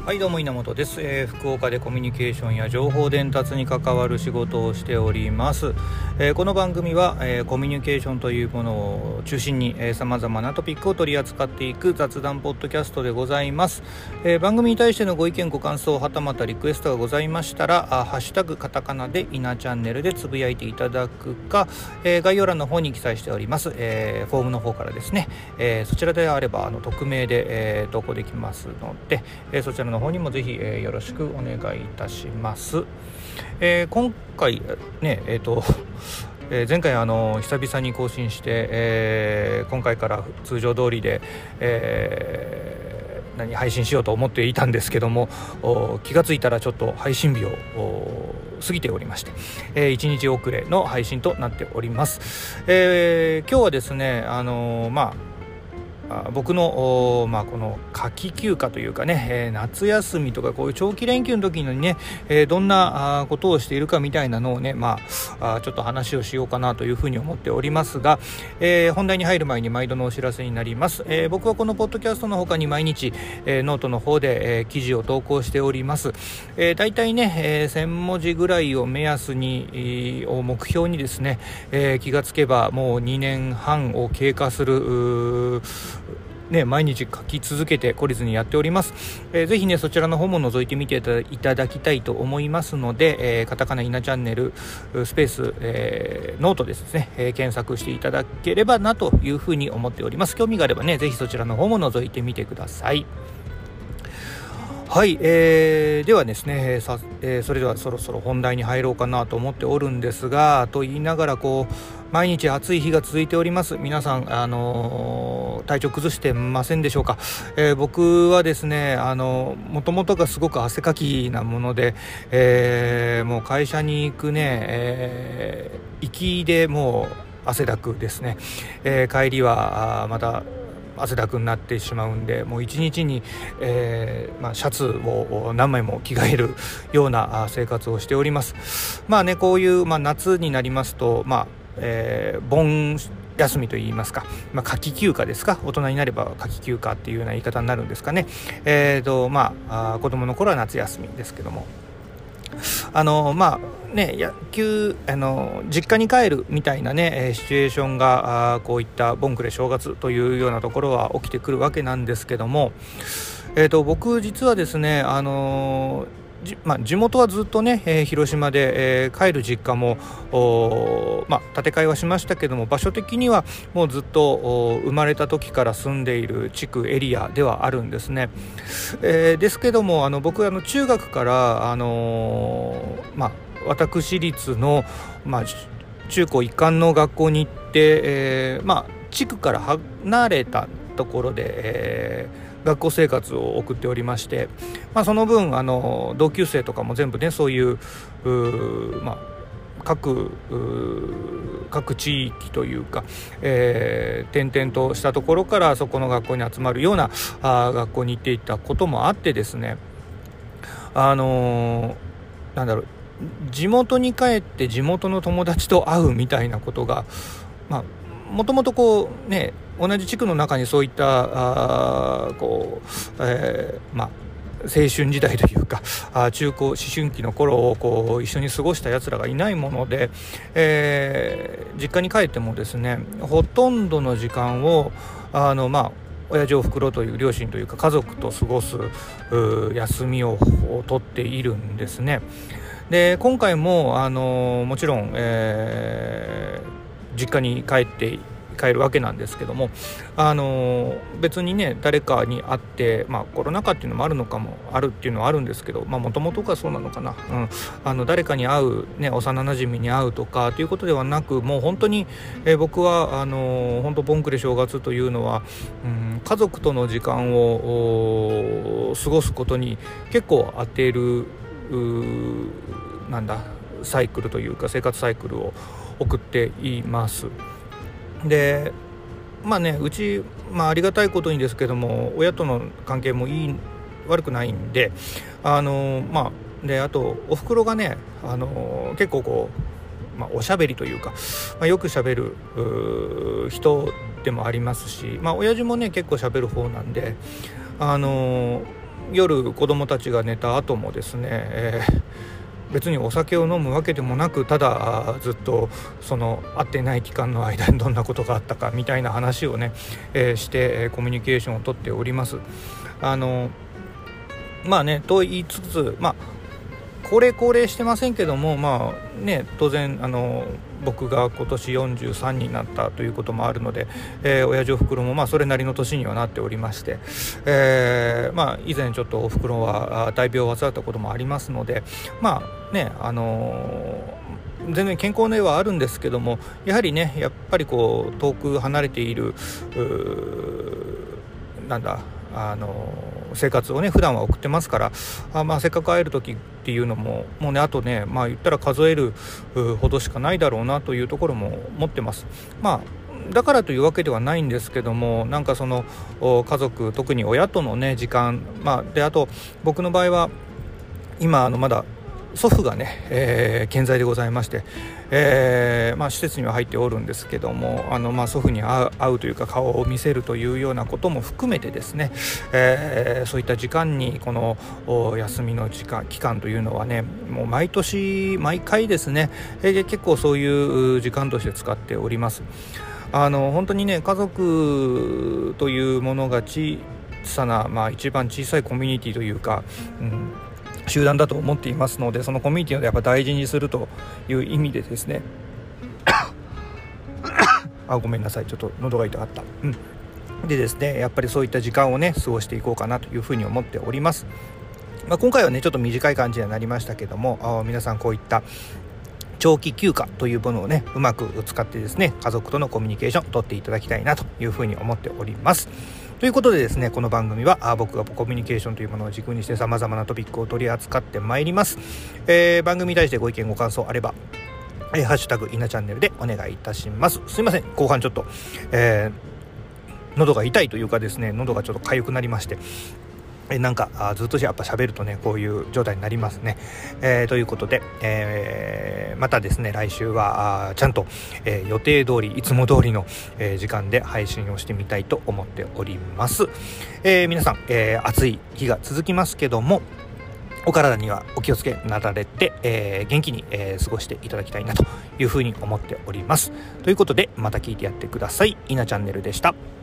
はいどうも稲本です。福岡でコミュニケーションや情報伝達に関わる仕事をしております。この番組は、コミュニケーションというものを中心にさまざまなトピックを取り扱っていく雑談ポッドキャストでございます。番組に対してのご意見ご感想はたまたリクエストがございましたらハッシュタグカタカナで稲チャンネルでつぶやいていただくか、概要欄の方に記載しております、フォームの方からですね、そちらであれば匿名で、投稿できますので、そちらの方にもぜひ、よろしくお願いいたします。今回ね前回久々に更新して、今回から通常通りで、配信しようと思っていたんですけども、気がついたらちょっと配信日を過ぎておりまして、1日遅れの配信となっております。今日はですね僕の、この夏季休暇というかね、夏休みとかこういう長期連休の時にね、どんなことをしているかみたいなのをね、ちょっと話をしようかなというふうに思っておりますが、本題に入る前に毎度のお知らせになります。僕はこのポッドキャストの他に毎日、ノートの方で、記事を投稿しております。だいたいね、1000文字ぐらいを目安に、を目標にですね、気がつけばもう2年半を経過する毎日書き続けて懲りずにやっております。ぜひねそちらの方も覗いてみていただきたいと思いますので、カタカナイナチャンネルスペース、ノートですね、検索していただければなというふうに思っております。興味があればねぜひそちらの方も覗いてみてください。はい、ではですね、それではそろそろ本題に入ろうかなと思っておるんですが、と言いながら毎日暑い日が続いております。皆さん、体調崩してませんでしょうか。僕はですねもともとがすごく汗かきなもので、もう会社に行くね、行きでもう汗だくですね、帰りはまた汗だくになってしまうんで、もう一日に、シャツを何枚も着替えるような生活をしております。こういう、夏になりますと、盆休みといいますか、夏季休暇ですか、大人になれば夏季休暇っていうような言い方になるんですかね。子供の頃は夏休みですけども、野球実家に帰るみたいなねシチュエーションがこういった盆暮れ正月というようなところは起きてくるわけなんですけども、僕実はですね地元はずっとね、広島で、帰る実家も建て替えはしましたけども、場所的にはもうずっと生まれた時から住んでいる地区エリアではあるんですね。ですけども僕中学から私立の、中高一貫の学校に行って、地区から離れたところで、学校生活を送っておりまして、その分同級生とかも全部ねそういう各地域というか、転々としたところからそこの学校に集まるような学校に行っていたこともあってですね、地元に帰って地元の友達と会うみたいなことがもともと同じ地区の中にそういった青春時代というか中高思春期の頃を一緒に過ごしたやつらがいないもので、実家に帰ってもですねほとんどの時間を親父おふくろという両親というか家族と過ごす休みを取っているんですね。で今回ももちろん、実家に帰るわけなんですけども、別にね誰かに会って、コロナ禍っていうのもあるっていうのはあるんですけど、もともとがそうなのかな、誰かに会う、幼なじみに会うとかということではなく、もう本当に、僕は本当盆暮れ正月というのは、家族との時間を過ごすことに結構当てるサイクルというか生活サイクルを送っています。でうち、ありがたいことにですけども親との関係も悪くないんでであとおふくろがね結構おしゃべりというか、よくしゃべる人でもありますし、親父もね結構しゃべる方なんで夜子供たちが寝た後もですね、別にお酒を飲むわけでもなく、ただずっとその会ってない期間の間にどんなことがあったかみたいな話をね、してコミュニケーションをとっております。まあね、と言いつつ、高齢してませんけども、当然僕が今年43になったということもあるので、親父おふくろもそれなりの年にはなっておりまして、以前ちょっとおふくろは大病を患ったこともありますので、全然健康の絵はあるんですけども、やっぱりこう遠く離れている生活をね普段は送ってますから、せっかく会える時っていうのももうねあとね言ったら数えるほどしかないだろうなというところも持ってます。だからというわけではないんですけども、その家族、特に親とのね時間、であと僕の場合は今まだ祖父がね、健在でございまして、施設には入っておるんですけども、祖父に会うというか顔を見せるというようなことも含めてですね、そういった時間にこの休みの期間というのはね、もう毎回ですね、結構そういう時間として使っております。本当にね、家族というものが小さな、一番小さいコミュニティというか、集団だと思っていますので、そのコミュニティをやっぱ大事にするという意味でですねごめんなさい、ちょっと喉が痛かった、でですね、やっぱりそういった時間をね過ごしていこうかなというふうに思っております。今回はねちょっと短い感じにはなりましたけども、皆さんこういった長期休暇というものをねうまく使ってですね、家族とのコミュニケーションを取っていただきたいなというふうに思っております。ということでですね、この番組は僕がコミュニケーションというものを軸にして様々なトピックを取り扱ってまいります。番組に対してご意見ご感想あれば、ハッシュタグ稲チャンネルでお願いいたします。すいません、後半ちょっと、喉が痛いというかですね、喉がちょっと痒くなりまして、ずっとやっぱ喋るとねこういう状態になりますね。ということで、またですね来週はちゃんと、予定通りいつも通りの、時間で配信をしてみたいと思っております。皆さん、暑い日が続きますけども、お体にはお気をつけなられて、元気に、過ごしていただきたいなというふうに思っております。ということでまた聞いてやってください。稲チャンネルでした。